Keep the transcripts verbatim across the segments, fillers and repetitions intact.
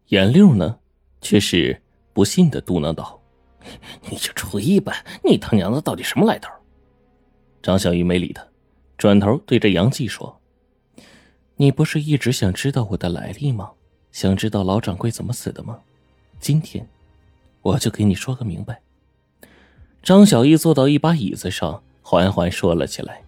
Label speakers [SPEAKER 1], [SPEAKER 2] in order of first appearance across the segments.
[SPEAKER 1] 颜六呢，却是不信的嘟囔道：“
[SPEAKER 2] 你就吹吧，你他娘的到底什么来头？”
[SPEAKER 1] 张小玉没理他，转头对着杨继说：“你不是一直想知道我的来历吗？想知道老掌柜怎么死的吗？今天我就给你说个明白。”张小玉坐到一把椅子上，缓缓说了起来：“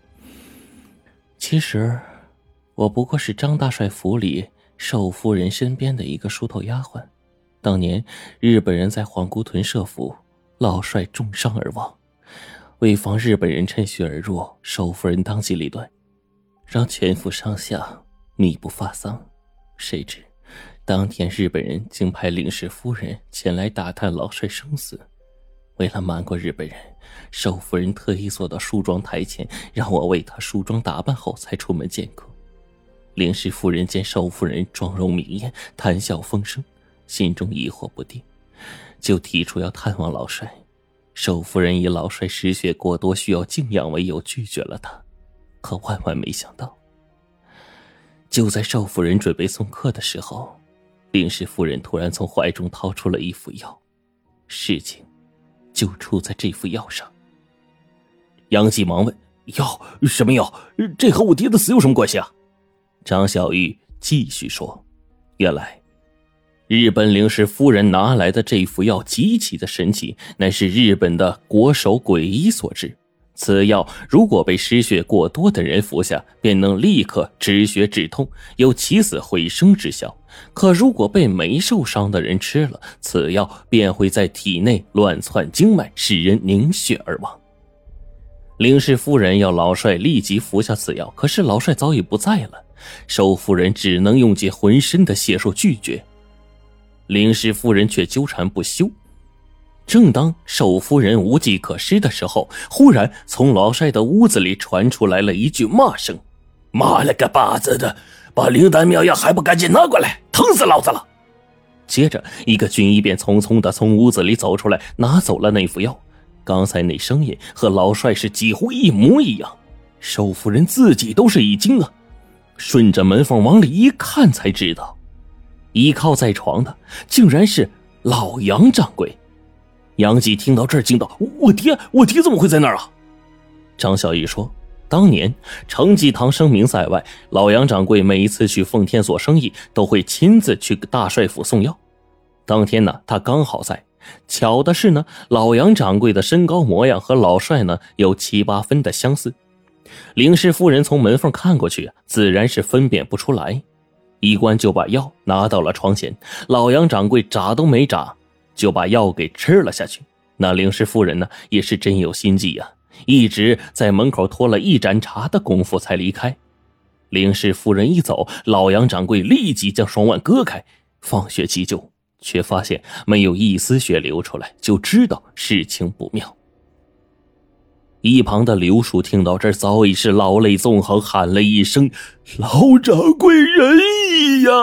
[SPEAKER 1] 其实我不过是张大帅府里寿夫人身边的一个梳头丫鬟。当年日本人在皇姑屯设伏，老帅重伤而亡，为防日本人趁虚而入，寿夫人当机立断，让全府上下密不发丧。谁知当天日本人竟派领事夫人前来打探老帅生死。为了瞒过日本人，寿夫人特意坐到梳妆台前，让我为她梳妆打扮后才出门见客。领事夫人见寿夫人妆容明艳，谈笑风生，心中疑惑不定，就提出要探望老帅。寿夫人以老帅失血过多需要静养为由拒绝了他。可万万没想到，就在寿夫人准备送客的时候，领事夫人突然从怀中掏出了一副药，事情就出在这副药上。
[SPEAKER 2] 杨继忙问：“药？什么药？这和我爹的死有什么关系啊？”
[SPEAKER 1] 张小玉继续说：“原来日本领事夫人拿来的这副药极其的神奇，乃是日本的国手鬼医所制。此药如果被失血过多的人服下，便能立刻止血止痛，有起死回生之效。可如果被没受伤的人吃了，此药便会在体内乱窜经脉，使人凝血而亡。”领事夫人要老帅立即服下此药，可是老帅早已不在了，寿夫人只能用尽浑身的解数拒绝。领事夫人却纠缠不休。正当寿夫人无计可施的时候，忽然从老帅的屋子里传出来了一句骂声：“
[SPEAKER 2] 妈了个巴子的，把灵丹妙药还不赶紧拿过来，疼死老子了！”
[SPEAKER 1] 接着一个军医便匆匆地从屋子里走出来，拿走了那副药。刚才那声音和老帅是几乎一模一样，寿夫人自己都是一惊啊，顺着门缝往里一看才知道，依靠在床的竟然是老杨掌柜。
[SPEAKER 2] 杨继听到这儿惊道：“我爹，我爹怎么会在那儿啊？”
[SPEAKER 1] 张小玉说：“当年程继堂声名在外，老杨掌柜每一次去奉天所生意，都会亲自去大帅府送药。当天呢，他刚好在。巧的是呢，老杨掌柜的身高模样和老帅呢有七八分的相似。领事夫人从门缝看过去，自然是分辨不出来。医官就把药拿到了床前，老杨掌柜眨都没眨，就把药给吃了下去。那领事夫人呢，也是真有心计啊，一直在门口拖了一盏茶的功夫才离开。领事夫人一走，老杨掌柜立即将双腕割开，放血急救，却发现没有一丝血流出来，就知道事情不妙。一旁的刘叔听到这儿，早已是老泪纵横，喊了一声：“老掌柜仁义呀！”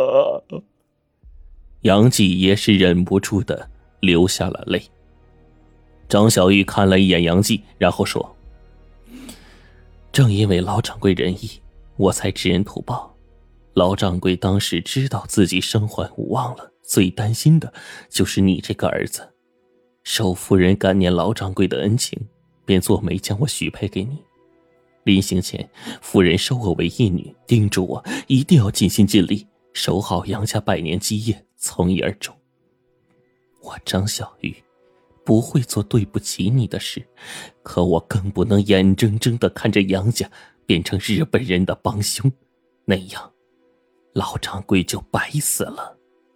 [SPEAKER 1] 杨继也是忍不住的流下了泪。张小玉看了一眼杨继，然后说：“正因为老掌柜仁义，我才知恩图报。老掌柜当时知道自己生还无望了，最担心的就是你这个儿子。寿夫人感念老掌柜的恩情，便做媒将我许配给你。临行前，夫人收我为义女，叮嘱我一定要尽心尽力，守好杨家百年基业，从一而终。我张小玉不会做对不起你的事，可我更不能眼睁睁地看着杨家变成日本人的帮凶，那样老掌柜就白死了。”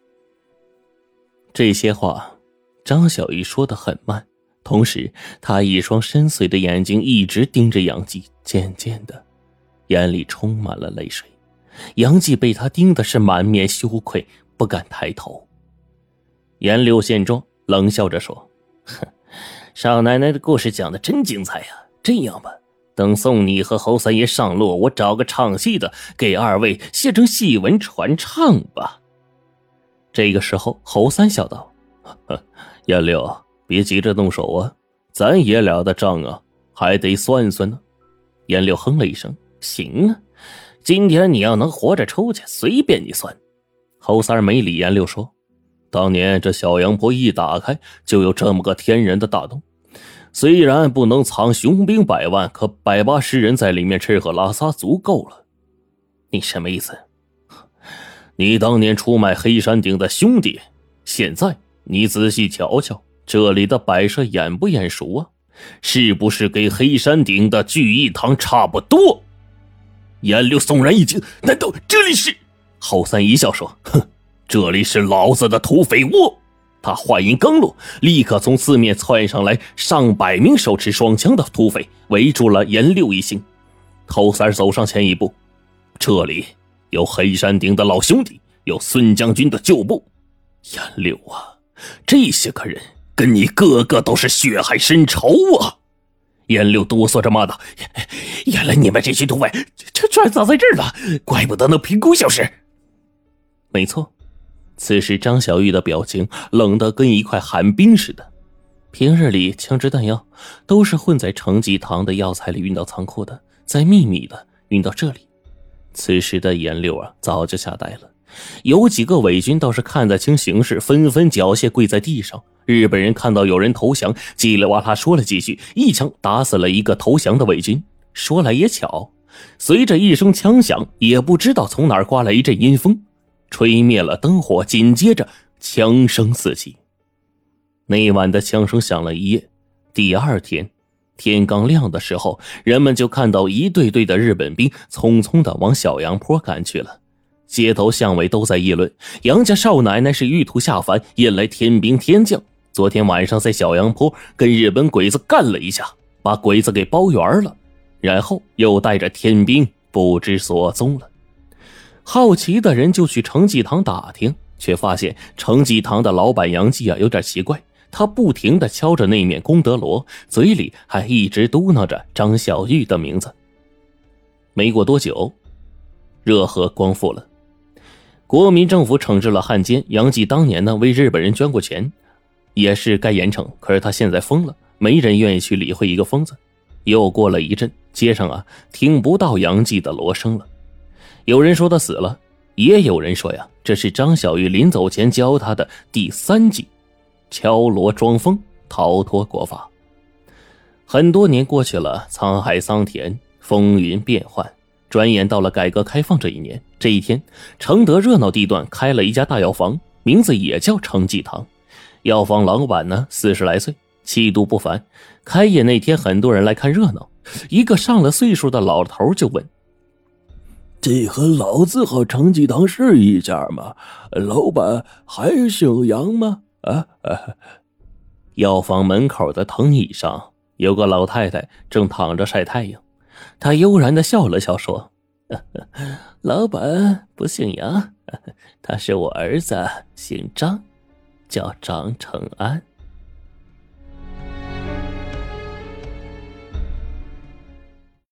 [SPEAKER 1] 这些话张小玉说得很慢，同时他一双深邃的眼睛一直盯着杨继，渐渐的眼里充满了泪水。杨继被他盯的是满面羞愧，不敢抬头。颜六见状冷笑着说：“
[SPEAKER 2] 哼，少奶奶的故事讲得真精彩呀！这样吧，等送你和侯三爷上路，我找个唱戏的给二位写成戏文传唱吧。”
[SPEAKER 1] 这个时候侯三笑道：“颜六，别急着动手啊，咱爷俩的账啊还得算算呢。”
[SPEAKER 2] 颜六哼了一声：“行啊，今天你要能活着出去，随便你算。” 侯三儿没理颜六说，当年这小阳坡一打开就有这么个天然的大洞，虽然不能藏雄兵百万，可百八十人在里面吃喝拉撒足够了。
[SPEAKER 1] 你什么意思？
[SPEAKER 2] 你当年出卖黑山顶的兄弟，现在你仔细瞧瞧这里的摆设眼不眼熟啊？是不是跟黑山顶的聚义堂差不多？颜六悚然一惊，难道这里是？
[SPEAKER 1] 侯三一笑说，
[SPEAKER 2] 哼，这里是老子的土匪窝。他话音刚落，立刻从四面窜上来上百名手持双枪的土匪，围住了颜六一行。侯三走上前一步，这里有黑山顶的老兄弟，有孙将军的旧部。颜六啊，这些个人跟你个个都是血海深仇啊！颜六哆嗦着骂道：“原来你们这群土匪这全葬在这儿了，怪不得能凭空消失。”
[SPEAKER 1] 没错，此时张小玉的表情冷得跟一块寒冰似的。平日里枪支弹药都是混在程继堂的药材里运到仓库的，再秘密的运到这里。此时的颜六啊，早就吓呆了。有几个伪军倒是看得清形势，纷纷缴械跪在地上。日本人看到有人投降，叽里哇啦说了几句，一枪打死了一个投降的伪军。说来也巧，随着一声枪响，也不知道从哪儿刮来一阵阴风，吹灭了灯火，紧接着枪声四起。那晚的枪声响了一夜，第二天天刚亮的时候，人们就看到一队队的日本兵匆匆地往小阳坡赶去了。街头巷尾都在议论，杨家少奶奶是玉兔下凡，引来天兵天将。昨天晚上在小阳坡跟日本鬼子干了一下，把鬼子给包圆了，然后又带着天兵不知所踪了。好奇的人就去程继堂打听，却发现程继堂的老板杨继啊有点奇怪，他不停地敲着那面功德罗，嘴里还一直嘟囔着张小玉的名字。没过多久，热河光复了，国民政府惩治了汉奸杨继。当年呢为日本人捐过钱，也是该严惩，可是他现在疯了，没人愿意去理会一个疯子。又过了一阵，街上啊听不到杨继的锣声了。有人说他死了，也有人说呀，这是张小玉临走前教他的第三计，敲锣装疯，逃脱国法。很多年过去了，沧海桑田，风云变幻，转眼到了改革开放这一年。这一天，承德热闹地段开了一家大药房，名字也叫程继堂。药房老板呢四十来岁，气度不凡。开业那天，很多人来看热闹，一个上了岁数的老头就问：“
[SPEAKER 3] 这和老字号程继堂是一家吗？老板还姓杨吗？”啊啊！
[SPEAKER 1] 药房门口的藤椅上有个老太太正躺着晒太阳，她悠然地笑了笑说：“呵呵，老板不姓杨，他是我儿子，姓张，叫张承安。”